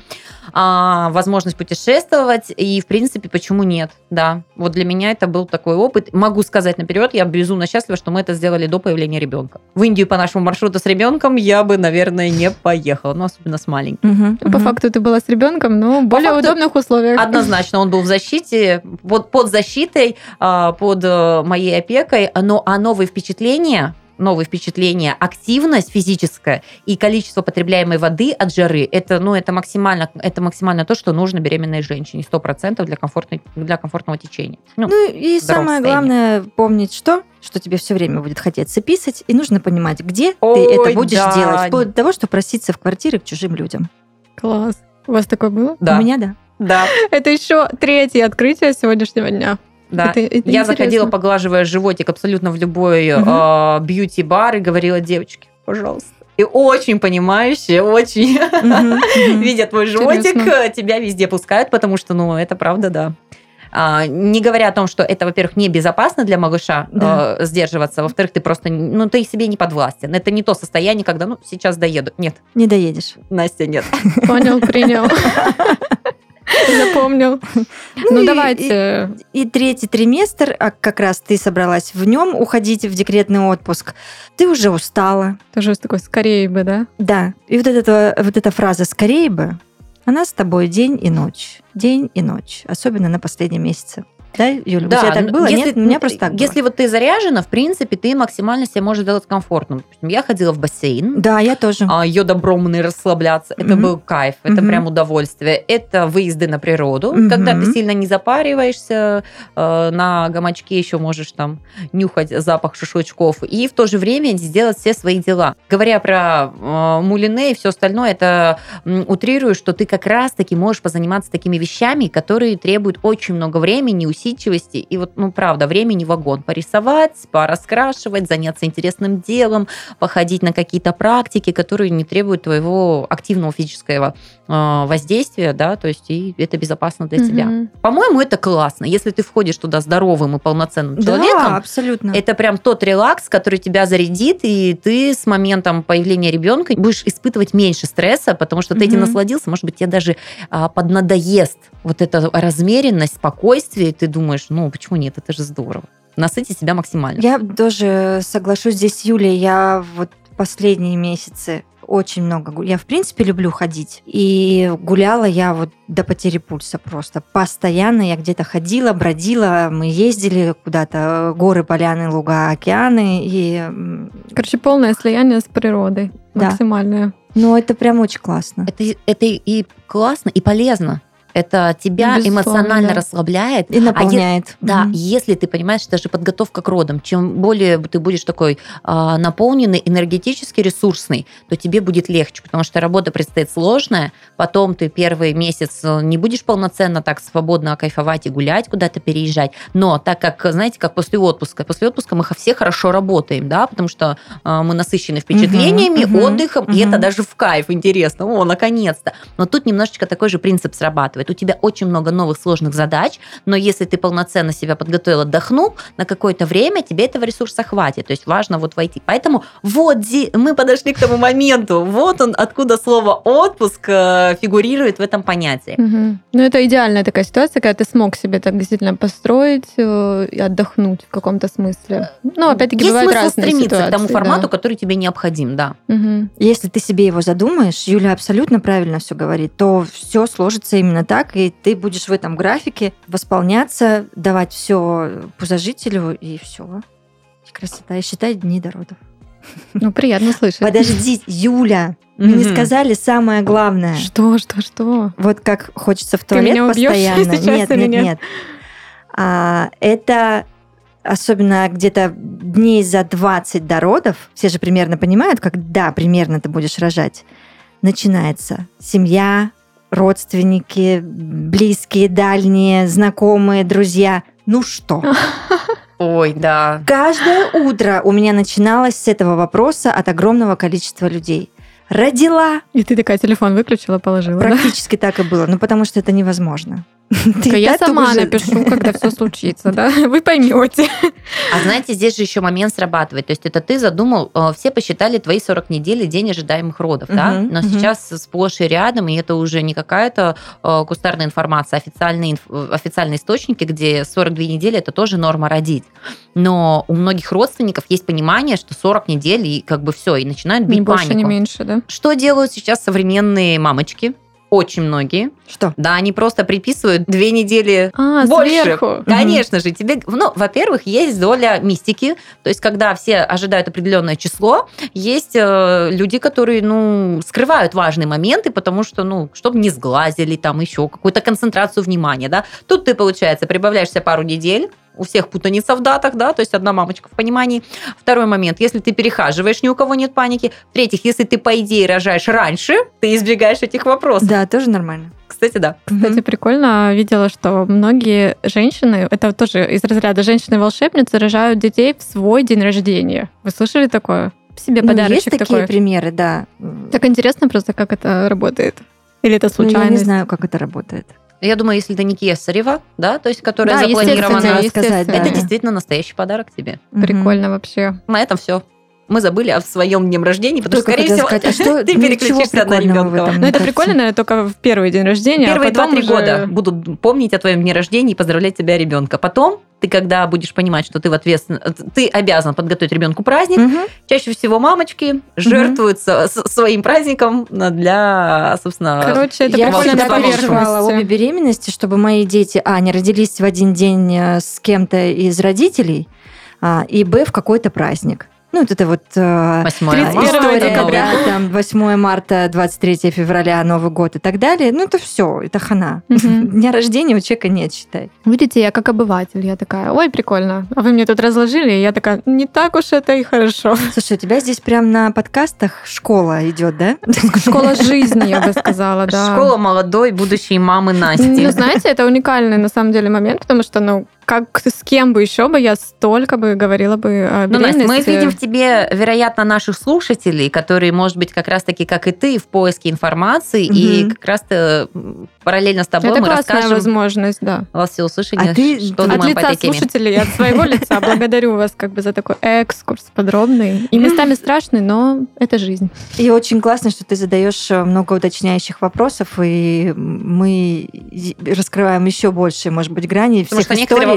а, возможность путешествовать, и, в принципе, почему нет? Да, вот для меня это был такой опыт. Могу сказать наперед, я безумно счастлива, что мы это сделали до появления ребенка. В Индию по нашему маршруту с ребенком я бы, наверное, не поехала, ну, особенно с маленьким. Мгм, По мгм. факту ты была с ребенком, но в более факту, удобных условиях. Однозначно, он был в защите, под, под защитой, а, под э, моей опекой, но а новые впечатления, новые впечатления, активность физическая и количество потребляемой воды от жары, это, ну, это, максимально, это максимально то, что нужно беременной женщине, сто процентов для, комфортной, для комфортного течения. Ну, Ну и здоровом самое состоянии. главное помнить, что что тебе все время будет хотеться писать, и нужно понимать, где Ой, ты это будешь да. делать, вплоть до того, что проситься в квартиры к чужим людям. Класс. У вас такое было? да, У меня да. да, Это еще третье открытие сегодняшнего дня. да. Это- это Я интересно. заходила, поглаживая животик абсолютно в любой Мгм. э, бьюти-бар и говорила: девочки, пожалуйста. И очень понимающие, очень Мгм, мгм. видя твой животик, Интересно. тебя везде пускают, потому что, ну, это правда, да. А, не говоря о том, что это, во-первых, небезопасно для малыша Да. э, сдерживаться, во-вторых, ты просто, ну, ты себе не подвластен. Это не то состояние, когда, ну, сейчас доеду. Нет, Не доедешь. Настя, нет. Понял, принял. Запомнил. Ну, и- давайте. И третий триместр, а как раз ты собралась в нем уходить в декретный отпуск, ты уже устала. Тоже такой, скорее бы, да? Да. И вот эта, вот эта фраза «скорее бы», она с тобой день и ночь. День и ночь. Особенно на последнем месяце. Да, Юля? У тебя так ну, было? если- Нет? У меня просто так было. Если вот ты заряжена, в принципе, ты максимально себя можешь делать комфортным. Допустим, я ходила в бассейн, Да, я тоже. а, йодобромный расслабляться. Это Мгм. был кайф, это Мгм. прям удовольствие. Это выезды на природу, Мгм. когда ты сильно не запариваешься, э, на гамачке еще можешь там нюхать запах шашлычков и в то же время сделать все свои дела. Говоря про э, мулине и все остальное, это м, утрирую, что ты как раз-таки можешь позаниматься такими вещами, которые требуют очень много времени, усидчивости и вот, ну, правда, времени вагон. Порисовать, пораскрашивать, заняться интересным делом, походить на какие-то практики, которые не требуют твоего активного физического э, воздействия, да, то есть и это безопасно для тебя. Мгм. По-моему, это классно. Если ты входишь туда здоровым и полноценным Да, человеком, абсолютно. это прям тот релакс, который тебя зарядит, и ты с моментом появления ребенка будешь испытывать меньше стресса, потому что ты этим Мгм. насладился, может быть, тебе даже а, поднадоест вот эта размеренность, спокойствие, и ты думаешь, ну, почему нет, это же здорово. Насытить себя максимально. Я тоже соглашусь здесь с Юлей. Я вот последние месяцы очень много гуляла. Я, в принципе, люблю ходить. И гуляла я вот до потери пульса просто. Постоянно я где-то ходила, бродила. Мы ездили куда-то. Горы, поляны, луга, океаны. И... Короче, полное слияние с природой. Да. Максимальное. Ну, это прям очень классно. Это, это и классно, и полезно. Это тебя Безусловно, эмоционально да. расслабляет. И наполняет. А е- да, mm-hmm. если ты понимаешь, это же подготовка к родам. Чем более ты будешь такой а, наполненный, энергетически ресурсный, то тебе будет легче, потому что работа предстоит сложная. Потом ты первый месяц не будешь полноценно так свободно кайфовать и гулять, куда-то переезжать. Но так как, знаете, как после отпуска. После отпуска мы все хорошо работаем, да, потому что а, мы насыщены впечатлениями, mm-hmm. отдыхом, mm-hmm. и это даже в кайф интересно. О, наконец-то. Но тут немножечко такой же принцип срабатывает. У тебя очень много новых сложных задач, но если ты полноценно себя подготовил, отдохнул, на какое-то время тебе этого ресурса хватит. То есть важно вот войти. Поэтому вот мы подошли к тому моменту. Вот он, откуда слово «отпуск» фигурирует в этом понятии. Угу. Ну, это идеальная такая ситуация, когда ты смог себе так действительно построить и отдохнуть в каком-то смысле. Ну, опять-таки, есть бывают разные стремиться ситуации. к тому формату, да. который тебе необходим, да. Угу. Если ты себе его задумаешь, Юля абсолютно правильно все говорит, то все сложится именно так, и ты будешь в этом графике восполняться, давать все пузожителю, и все. Красота. И считай дни до родов. Ну, приятно слышать. Подожди, Юля, мы не сказали самое главное. Что, что, что? Вот как хочется в туалет ты меня постоянно. Сейчас нет, нет, нет, нет. А, это особенно где-то дней за двадцать до родов, все же примерно понимают, когда примерно ты будешь рожать, начинается семья, родственники, близкие, дальние, знакомые, друзья. Ну что? Ой, да. Каждое утро у меня начиналось с этого вопроса от огромного количества людей. Родила. И ты такая телефон выключила, положила. Практически да? Так и было. Ну, потому что это невозможно. Ты я сама уже... напишу, когда все случится, да? Вы поймете. А знаете, здесь же еще момент срабатывает. То есть это ты задумал, все посчитали твои сорок недель и день ожидаемых родов, uh-huh, да? Но uh-huh. сейчас сплошь и рядом, и это уже не какая-то кустарная информация, а официальные, официальные источники, где сорок две недели это тоже норма родить. Но у многих родственников есть понимание, что сорок недель и как бы все, и начинают бить не панику. Больше, не меньше, да? Что делают сейчас современные мамочки? Очень многие. Что? Да, они просто приписывают две недели а, больше. Сверху. Конечно mm-hmm. же, тебе... Ну, во-первых, есть доля мистики. То есть, когда все ожидают определенное число, есть э, люди, которые, ну, скрывают важные моменты, потому что, ну, чтобы не сглазили, там еще какую-то концентрацию внимания, да. Тут ты, получается, прибавляешься пару недель, у всех путаница в датах, да, то есть одна мамочка в понимании. Второй момент, если ты перехаживаешь, ни у кого нет паники. В-третьих, если ты, по идее, рожаешь раньше, ты избегаешь этих вопросов. Да, тоже нормально. Кстати, да. Кстати, mm-hmm. прикольно. Видела, что многие женщины, это тоже из разряда женщины-волшебницы, рожают детей в свой день рождения. Вы слышали такое? Себе ну, подарочек есть такой. Есть такие примеры, да. Так интересно просто, как это работает. Или это случайность? Ну, я не знаю, как это работает. Я думаю, если это не Кесарева, да, то есть которая да, запланирована, сказать, да. это действительно настоящий подарок тебе. Прикольно mm-hmm. вообще. На этом все. Мы забыли о своем дне рождения, потому только что, скорее всего, сказать, а что, ты переключишься на ребенка. Ну, это прикольно, наверное, только в первый день рождения. Первые а потом два-три уже... года будут помнить о твоем дне рождения и поздравлять тебя ребенка. Потом ты, когда будешь понимать, что ты в ответствен... ты обязан подготовить ребенку праздник, угу. чаще всего мамочки жертвуют угу. своим праздником для, собственно, короче, это я всегда переживала обе беременности, чтобы мои дети, а, не родились в один день с кем-то из родителей, а, и, б, в какой-то праздник. Ну, вот это вот восьмое декабря, там, восьмое марта, двадцать третье февраля, Новый год и так далее. Ну, это все, это хана. Mm-hmm. Дня рождения у человека нет, считай. Видите, я как обыватель, я такая, ой, прикольно. А вы мне тут разложили, и я такая, не так уж это и хорошо. Слушай, у тебя здесь прям на подкастах школа идет, да? Школа жизни, я бы сказала, да. Школа молодой будущей мамы Насти. Ну, знаете, это уникальный на самом деле момент, потому что, ну, как с кем бы еще бы я столько бы говорила бы о беременности. Ну, Настя, мы видим в тебе, вероятно, наших слушателей, которые, может быть, как раз-таки, как и ты, в поиске информации, mm-hmm. и как раз-то параллельно с тобой это мы расскажем... Это классная возможность, да. У вас все услышание, а ты, что от думаем по этой теме. От лица слушателей, от своего лица благодарю вас как бы за такой экскурс подробный. И местами страшный, но это жизнь. И очень классно, что ты задаешь много уточняющих вопросов, и мы раскрываем еще больше, может быть, граней всех историй.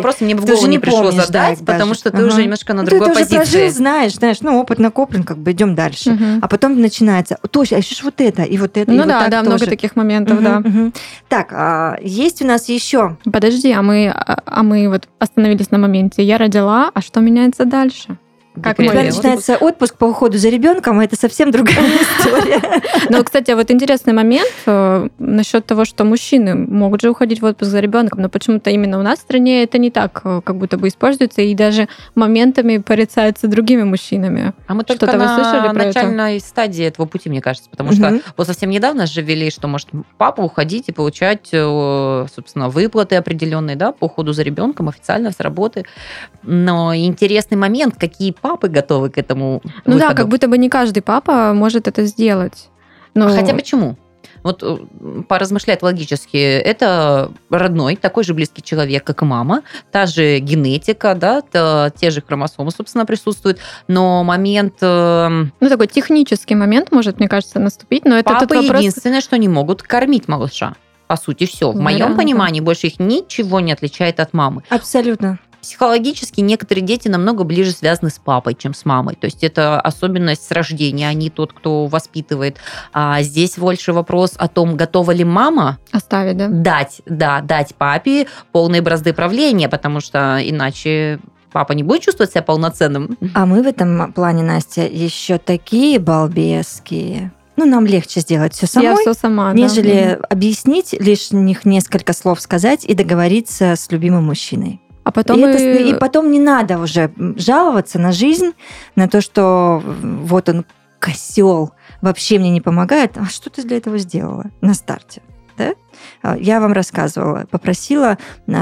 вопрос мне в голову не, не пришло помнишь, задать, да, потому даже. что ты ага. уже немножко на ну, другой ты позиции. Ты уже прожил, знаешь, знаешь, ну, опыт накоплен, как бы идем дальше. Угу. А потом начинается, точно, а еще ж вот это, и вот это, ну, и вот да, так да, тоже. много таких моментов, угу, да. Угу. Так, а, есть у нас еще... Подожди, а мы, а мы вот остановились на моменте. Я родила, а что меняется дальше? Как у тебя начинается отпуск. отпуск по уходу за ребенком, это совсем другая история. Ну, кстати, вот интересный момент насчет того, что мужчины могут же уходить в отпуск за ребенком, но почему-то именно у нас в стране это не так, как будто бы используется, и даже моментами порицается другими мужчинами. А мы только на начальной стадии этого пути, мне кажется, потому что вот совсем недавно же ввели, что может папа уходить и получать, собственно, выплаты определенные, да, по уходу за ребенком официально с работы. Но интересный момент, какие папы готовы к этому Ну выходу. Да, как будто бы не каждый папа может это сделать. Но... А хотя почему? Вот поразмышлять логически, это родной, такой же близкий человек, как и мама, та же генетика, да, та, те же хромосомы, собственно, присутствуют, но момент... Ну, такой технический момент может, мне кажется, наступить, но это папы тот вопрос... единственное, что не могут кормить малыша. По сути, все. В моем да, понимании да. больше их ничего не отличает от мамы. Абсолютно. Психологически некоторые дети намного ближе связаны с папой, чем с мамой. То есть это особенность с рождения, а не тот, кто воспитывает. А здесь больше вопрос о том, готова ли мама оставить, да? Дать, да, дать папе полные бразды правления, потому что иначе папа не будет чувствовать себя полноценным. А мы в этом плане, Настя, еще такие балбеские. Ну, нам легче сделать все самой, Я все сама, нежели да. объяснить, лишних несколько слов сказать и договориться с любимым мужчиной. А потом и, и... Это, и потом не надо уже жаловаться на жизнь, на то, что вот он козел, вообще мне не помогает. А что ты для этого сделала на старте? Да? Я вам рассказывала, попросила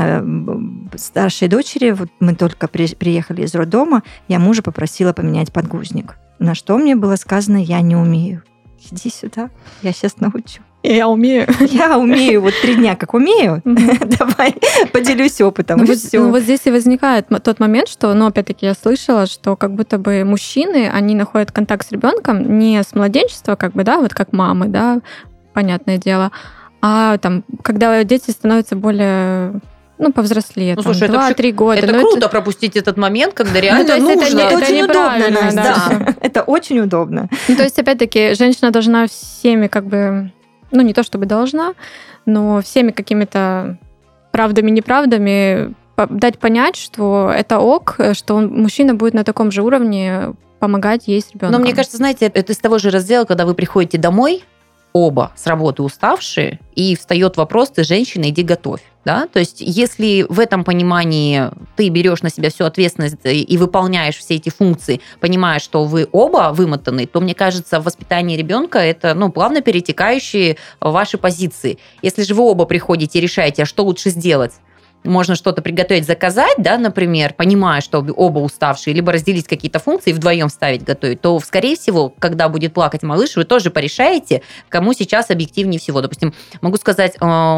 старшей дочери, вот мы только при, приехали из роддома, я мужа попросила поменять подгузник. На что мне было сказано: я не умею. Иди сюда, я сейчас научу. Я умею. Я умею, вот три дня как умею. Давай поделюсь опытом. Ну, и вот, все. Ну, вот здесь и возникает тот момент, что, ну, опять-таки, я слышала, что как будто бы мужчины, они находят контакт с ребенком не с младенчества, как бы, да, вот как мамы, да, понятное дело, а там, когда дети становятся более... Ну, повзрослее, ну, там, слушай, два-три года. Это но круто это... пропустить этот момент, когда реально ну, нужно. Это, это, это очень удобно, Настя. Да. Это очень удобно. Ну, то есть, опять-таки, женщина должна всеми как бы... Ну, не то чтобы должна, но всеми какими-то правдами-неправдами дать понять, что это ок, что он, мужчина будет на таком же уровне помогать ей с ребенком. Но мне кажется, знаете, это из того же раздела, когда вы приходите домой, оба с работы уставшие, и встает вопрос: ты женщина, иди готовь. Да? То есть если в этом понимании ты берешь на себя всю ответственность и выполняешь все эти функции, понимая, что вы оба вымотаны, то, мне кажется, в воспитании ребенка это, ну, плавно перетекающие ваши позиции. Если же вы оба приходите и решаете, а что лучше сделать, можно что-то приготовить, заказать, да, например, понимая, что оба уставшие, либо разделить какие-то функции и вдвоем ставить готовить, то, скорее всего, когда будет плакать малыш, вы тоже порешаете, кому сейчас объективнее всего. Допустим, могу сказать,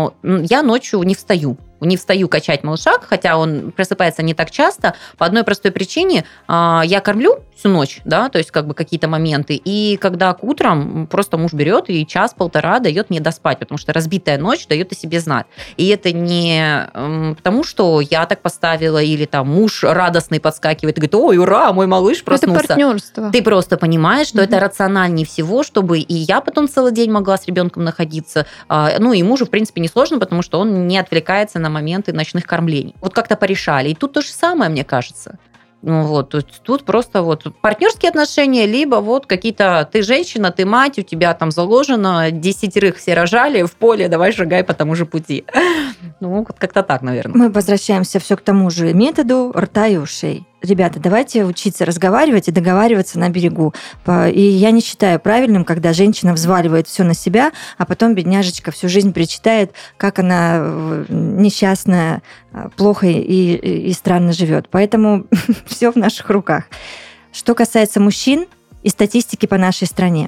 я ночью не встаю. Не встаю качать малыша, хотя он просыпается не так часто, по одной простой причине: я кормлю всю ночь, да, то есть как бы какие-то моменты, и когда утром просто муж берет и час-полтора дает мне доспать, потому что разбитая ночь дает о себе знать. И это не потому, что я так поставила, или там муж радостный подскакивает и говорит: ой, ура, мой малыш проснулся. Это партнерство. Ты просто понимаешь, что угу. это рациональнее всего, чтобы и я потом целый день могла с ребенком находиться, ну и мужу, в принципе, не сложно, потому что он не отвлекается на моменты ночных кормлений. Вот как-то порешали. И тут то же самое, мне кажется. Ну, вот, то есть тут просто вот партнерские отношения, либо вот какие-то: ты женщина, ты мать, у тебя там заложено, десятерых все рожали в поле, давай шагай по тому же пути. Ну, как-то так, наверное. Мы возвращаемся все к тому же методу рта и ушей. Ребята, давайте учиться разговаривать и договариваться на берегу. И я не считаю правильным, когда женщина взваливает все на себя, а потом бедняжечка всю жизнь причитает, как она несчастная, плохо и, и странно живет. Поэтому все в наших руках. Что касается мужчин и статистики по нашей стране.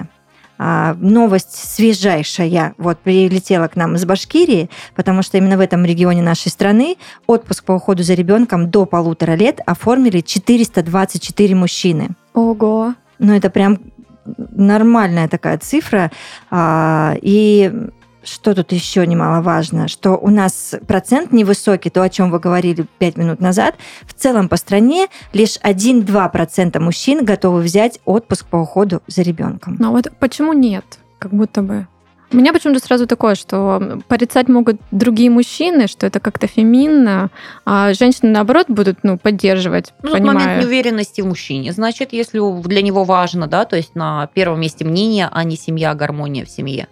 Новость свежайшая вот прилетела к нам из Башкирии, потому что именно в этом регионе нашей страны отпуск по уходу за ребенком до полутора лет оформили четыреста двадцать четыре мужчины. Ого! Ну, это прям нормальная такая цифра. И что тут еще немаловажно, что у нас процент невысокий, то, о чем вы говорили пять минут назад, в целом по стране лишь один-два процента мужчин готовы взять отпуск по уходу за ребенком. Ну вот почему нет? Как будто бы... У меня почему-то сразу такое, что порицать могут другие мужчины, что это как-то феминно, а женщины, наоборот, будут ну, поддерживать, ну, понимая. Момент неуверенности в мужчине. Значит, если для него важно, да, то есть на первом месте мнение, а не семья, гармония в семье.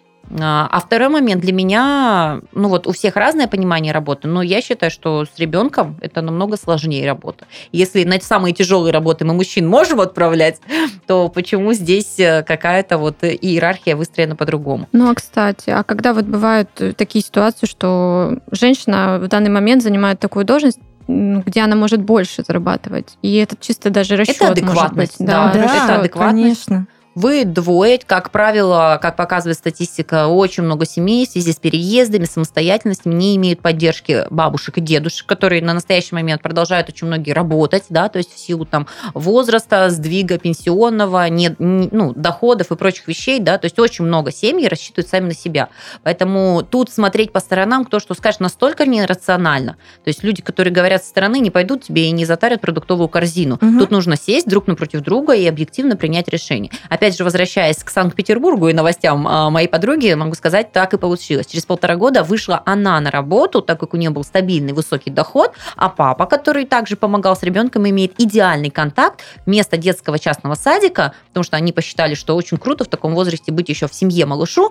А второй момент для меня, ну вот у всех разное понимание работы, но я считаю, что с ребенком это намного сложнее работа. Если на самые тяжелые работы мы мужчин можем отправлять, то почему здесь какая-то вот иерархия выстроена по-другому? Ну, а кстати, а когда вот бывают такие ситуации, что женщина в данный момент занимает такую должность, где она может больше зарабатывать, и это чисто даже расчет это адекватность, может быть. Да, да, расчет, это адекватность. Конечно. Вы двое, как правило, как показывает статистика, очень много семей в связи с переездами, самостоятельностью не имеют поддержки бабушек и дедушек, которые на настоящий момент продолжают очень многие работать, да, то есть в силу там возраста, сдвига пенсионного, не, ну, доходов и прочих вещей, да, то есть очень много семей рассчитывают сами на себя. Поэтому тут смотреть по сторонам, кто что скажет, настолько нерационально. То есть люди, которые говорят со стороны, не пойдут тебе и не затарят продуктовую корзину. Угу. Тут нужно сесть друг напротив друга и объективно принять решение. Опять же, возвращаясь к Санкт-Петербургу и новостям моей подруги, могу сказать, так и получилось. Через полтора года вышла она на работу, так как у нее был стабильный высокий доход, а папа, который также помогал с ребенком, имеет идеальный контакт вместо детского частного садика, потому что они посчитали, что очень круто в таком возрасте быть еще в семье малышу,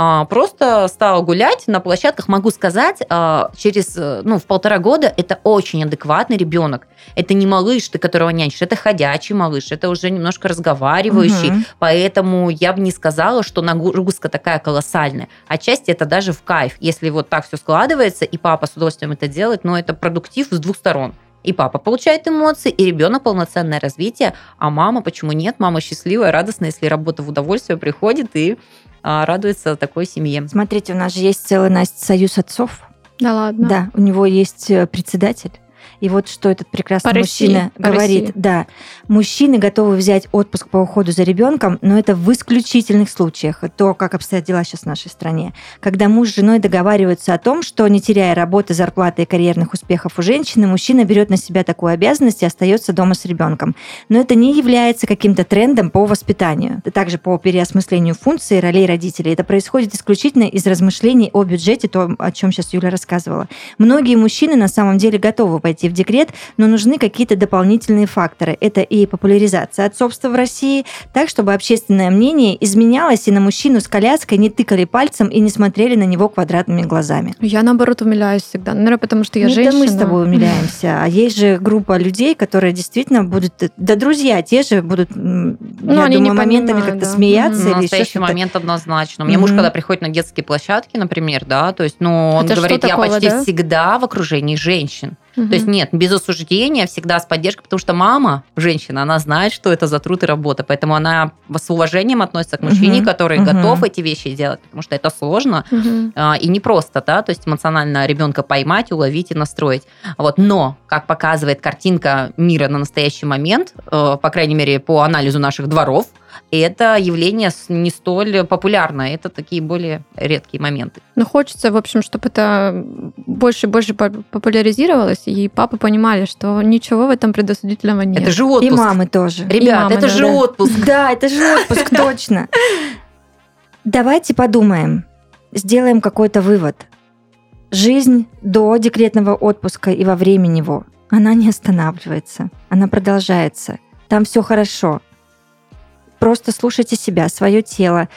просто стала гулять на площадках. Могу сказать, через ну, в полтора года это очень адекватный ребенок. Это не малыш, ты которого нянчишь, это ходячий малыш, это уже немножко разговаривающий. Угу. Поэтому я бы не сказала, что нагрузка такая колоссальная. Отчасти это даже в кайф. Если вот так все складывается, и папа с удовольствием это делает, но это продуктив с двух сторон. И папа получает эмоции, и ребенок полноценное развитие, а мама, почему нет? Мама счастливая, радостная, если работа в удовольствие приходит и а, радуется такой семье. Смотрите, у нас же есть целый, Настя, союз отцов. Да ладно? Да, у него есть председатель. И вот что этот прекрасный по мужчина России, говорит. России. Да, мужчины готовы взять отпуск по уходу за ребенком, но это в исключительных случаях. То, как обстоят дела сейчас в нашей стране. Когда муж с женой договариваются о том, что, не теряя работы, зарплаты и карьерных успехов у женщины, мужчина берет на себя такую обязанность и остается дома с ребенком. Но это не является каким-то трендом по воспитанию. Также по переосмыслению функций и ролей родителей. Это происходит исключительно из размышлений о бюджете, то, о чем сейчас Юля рассказывала. Многие мужчины на самом деле готовы пойти в декрет, но нужны какие-то дополнительные факторы. Это и популяризация отцовства в России, так, чтобы общественное мнение изменялось, и на мужчину с коляской не тыкали пальцем и не смотрели на него квадратными глазами. Я, наоборот, умиляюсь всегда. Наверное, потому что я ну, женщина. Это мы с тобой умиляемся. А есть же группа людей, которые действительно будут... Да, друзья, те же будут, ну, я они думаю, не моментами понимают, как-то да. смеяться. В или настоящий момент однозначно. У меня mm-hmm. муж, когда приходит на детские площадки, например, да, то есть, ну, он это говорит, я такого, почти да? всегда в окружении женщин. Угу. То есть нет, без осуждения, всегда с поддержкой, потому что мама, женщина, она знает, что это за труд и работа, поэтому она с уважением относится к мужчине, угу. который угу. готов эти вещи делать, потому что это сложно угу. а, и непросто, да, то есть эмоционально ребенка поймать, уловить и настроить. Вот. Но, как показывает картинка мира на настоящий момент, э, по крайней мере, по анализу наших дворов, это явление не столь популярное, это такие более редкие моменты. Но хочется, в общем, чтобы это больше и больше популяризировалось, и папы понимали, что ничего в этом предосудительного нет. Это же отпуск. И мамы тоже. Ребят, мамы, это да, же да. отпуск. Да, это же отпуск, точно. Давайте подумаем, сделаем какой-то вывод. Жизнь до декретного отпуска и во время него, она не останавливается, она продолжается. Там все хорошо. Просто слушайте себя, свое тело,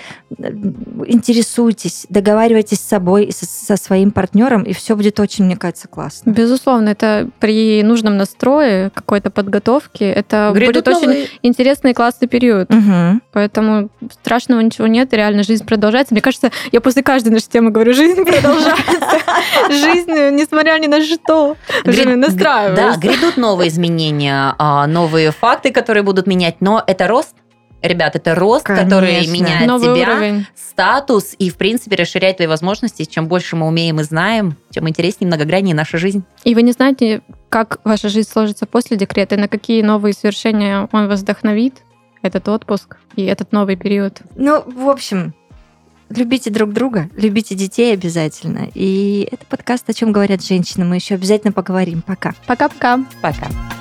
интересуйтесь, договаривайтесь с собой и со, со своим партнером, и все будет очень, мне кажется, классно. Безусловно, это при нужном настрое, какой-то подготовке, это Грядут будет новые... очень интересный и классный период. Угу. Поэтому страшного ничего нет, и реально жизнь продолжается. Мне кажется, я после каждой нашей темы говорю, жизнь продолжается. Жизнь, несмотря ни на что, настраиваюсь. Да, грядут новые изменения, новые факты, которые будут менять, но это рост. Ребят, это рост, Конечно. Который меняет Новый тебя, уровень. Статус и, в принципе, расширяет твои возможности. Чем больше мы умеем и знаем, тем интереснее, многограннее наша жизнь. И вы не знаете, как ваша жизнь сложится после декрета, и на какие новые свершения он вас вдохновит, этот отпуск и этот новый период. Ну, в общем, Любите друг друга, любите детей обязательно. И это подкаст «О чем говорят женщины». Мы еще обязательно поговорим. Пока. Пока-пока. Пока.